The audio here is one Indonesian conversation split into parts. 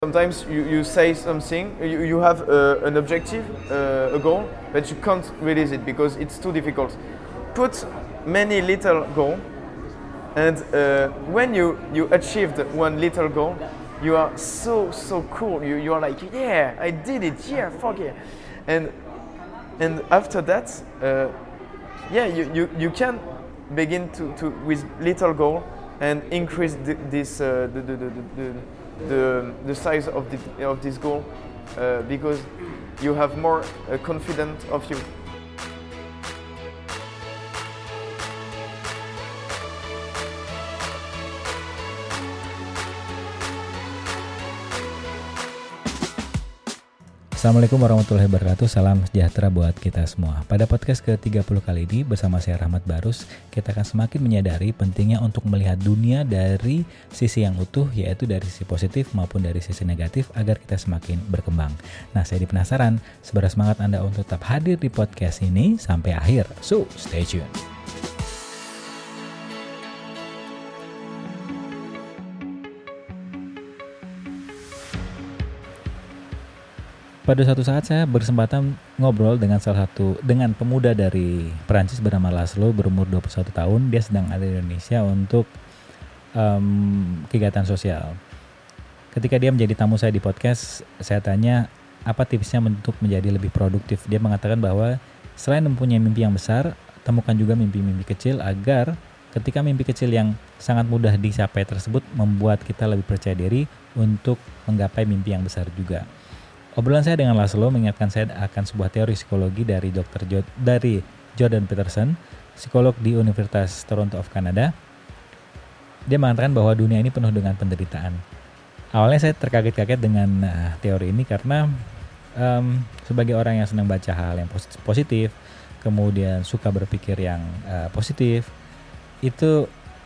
Sometimes you say something, you have an objective, a goal, but you can't release it because it's too difficult. Put many little goals, and when you achieved one little goal, you are so cool. You are like, yeah, I did it, yeah, fuck yeah. And after that, yeah, you can begin to with little goal and increase the size of this goal because you have more confidence of you. Assalamualaikum warahmatullahi wabarakatuh, salam sejahtera buat kita semua. Pada podcast ke-30 kali ini bersama saya Rahmat Barus, kita akan semakin menyadari pentingnya untuk melihat dunia dari sisi yang utuh, yaitu dari sisi positif maupun dari sisi negatif agar kita semakin berkembang. Nah, saya penasaran seberapa semangat Anda untuk tetap hadir di podcast ini sampai akhir. So, stay tune. Pada suatu saat saya berkesempatan ngobrol dengan dengan pemuda dari Perancis bernama Laszlo, berumur 21 tahun. Dia sedang ada di Indonesia untuk kegiatan sosial. Ketika dia menjadi tamu saya di podcast, saya tanya apa tipsnya untuk menjadi lebih produktif. Dia mengatakan bahwa selain mempunyai mimpi yang besar, temukan juga mimpi-mimpi kecil agar ketika mimpi kecil yang sangat mudah dicapai tersebut membuat kita lebih percaya diri untuk menggapai mimpi yang besar juga. Obrolan saya dengan Laszlo mengingatkan saya akan sebuah teori psikologi dari dari Jordan Peterson, psikolog di Universitas Toronto of Canada. Dia mengatakan bahwa dunia ini penuh dengan penderitaan. Awalnya saya terkaget-kaget dengan teori ini karena sebagai orang yang senang baca hal yang positif, kemudian suka berpikir yang positif, itu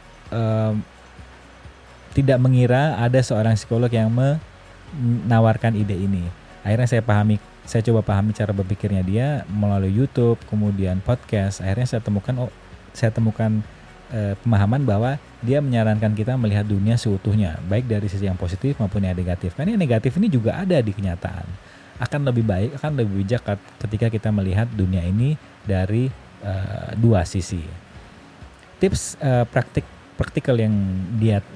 tidak mengira ada seorang psikolog yang menawarkan ide ini. Akhirnya saya coba pahami cara berpikirnya dia melalui YouTube, kemudian podcast. Akhirnya saya temukan pemahaman bahwa dia menyarankan kita melihat dunia seutuhnya, baik dari sisi yang positif maupun yang negatif. Karena yang negatif ini juga ada di kenyataan. Akan lebih baik, akan lebih bijak ketika kita melihat dunia ini dari dua sisi. Tips praktikal yang dia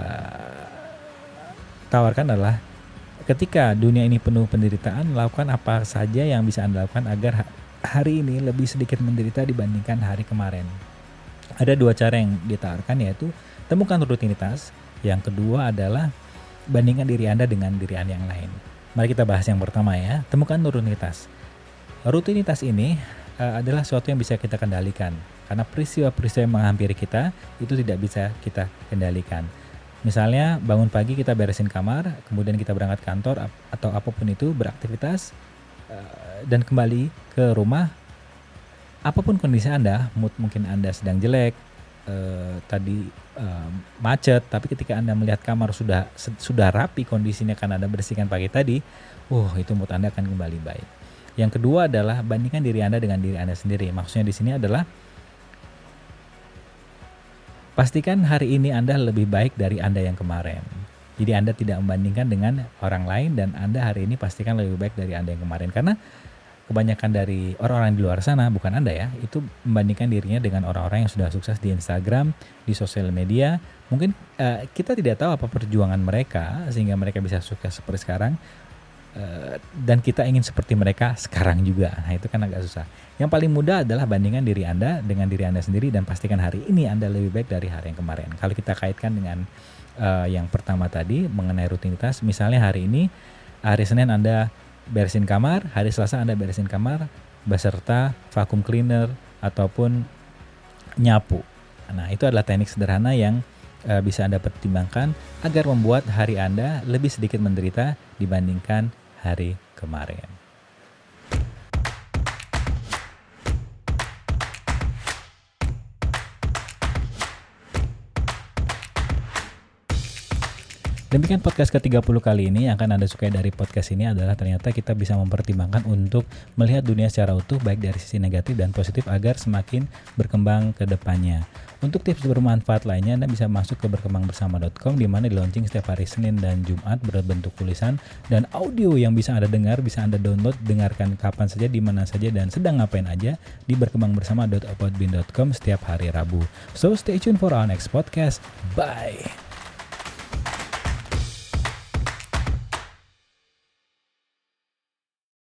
tawarkan adalah ketika dunia ini penuh penderitaan, lakukan apa saja yang bisa Anda lakukan agar hari ini lebih sedikit menderita dibandingkan hari kemarin. Ada dua cara yang ditawarkan, yaitu temukan rutinitas. Yang kedua adalah bandingkan diri Anda dengan diri Anda yang lain. Mari kita bahas yang pertama ya, temukan rutinitas. Rutinitas ini adalah sesuatu yang bisa kita kendalikan. Karena peristiwa-peristiwa yang menghampiri kita itu tidak bisa kita kendalikan. Misalnya bangun pagi kita beresin kamar, kemudian kita berangkat kantor atau apapun itu, beraktivitas dan kembali ke rumah. Apapun kondisi Anda, mungkin Anda sedang jelek, macet, tapi ketika Anda melihat kamar sudah rapi kondisinya karena Anda bersihkan pagi tadi, itu mood Anda akan kembali baik. Yang kedua adalah bandingkan diri Anda dengan diri Anda sendiri. Maksudnya di sini adalah pastikan hari ini Anda lebih baik dari Anda yang kemarin. Jadi Anda tidak membandingkan dengan orang lain, dan Anda hari ini pastikan lebih baik dari Anda yang kemarin. Karena kebanyakan dari orang-orang di luar sana, bukan Anda ya, itu membandingkan dirinya dengan orang-orang yang sudah sukses di Instagram, di sosial media. Mungkin kita tidak tahu apa perjuangan mereka sehingga mereka bisa sukses seperti sekarang. Dan kita ingin seperti mereka sekarang juga. Nah, itu kan agak susah. Yang paling mudah adalah bandingkan diri Anda dengan diri Anda sendiri dan pastikan hari ini Anda lebih baik dari hari yang kemarin. Kalau kita kaitkan dengan yang pertama tadi mengenai rutinitas, misalnya hari ini, hari Senin Anda beresin kamar, hari Selasa Anda beresin kamar beserta vacuum cleaner ataupun nyapu. Nah, itu adalah teknik sederhana yang bisa Anda pertimbangkan agar membuat hari Anda lebih sedikit menderita dibandingkan hari kemarin. Demikian podcast ke-30 kali ini. Yang akan Anda sukai dari podcast ini adalah ternyata kita bisa mempertimbangkan untuk melihat dunia secara utuh, baik dari sisi negatif dan positif agar semakin berkembang ke depannya. Untuk tips bermanfaat lainnya, Anda bisa masuk ke berkembangbersama.com, di mana di launching setiap hari Senin dan Jumat berbentuk tulisan dan audio yang bisa Anda dengar, bisa Anda download, dengarkan kapan saja, di mana saja, dan sedang ngapain aja di berkembangbersama.podbean.com setiap hari Rabu. So stay tuned for our next podcast. Bye!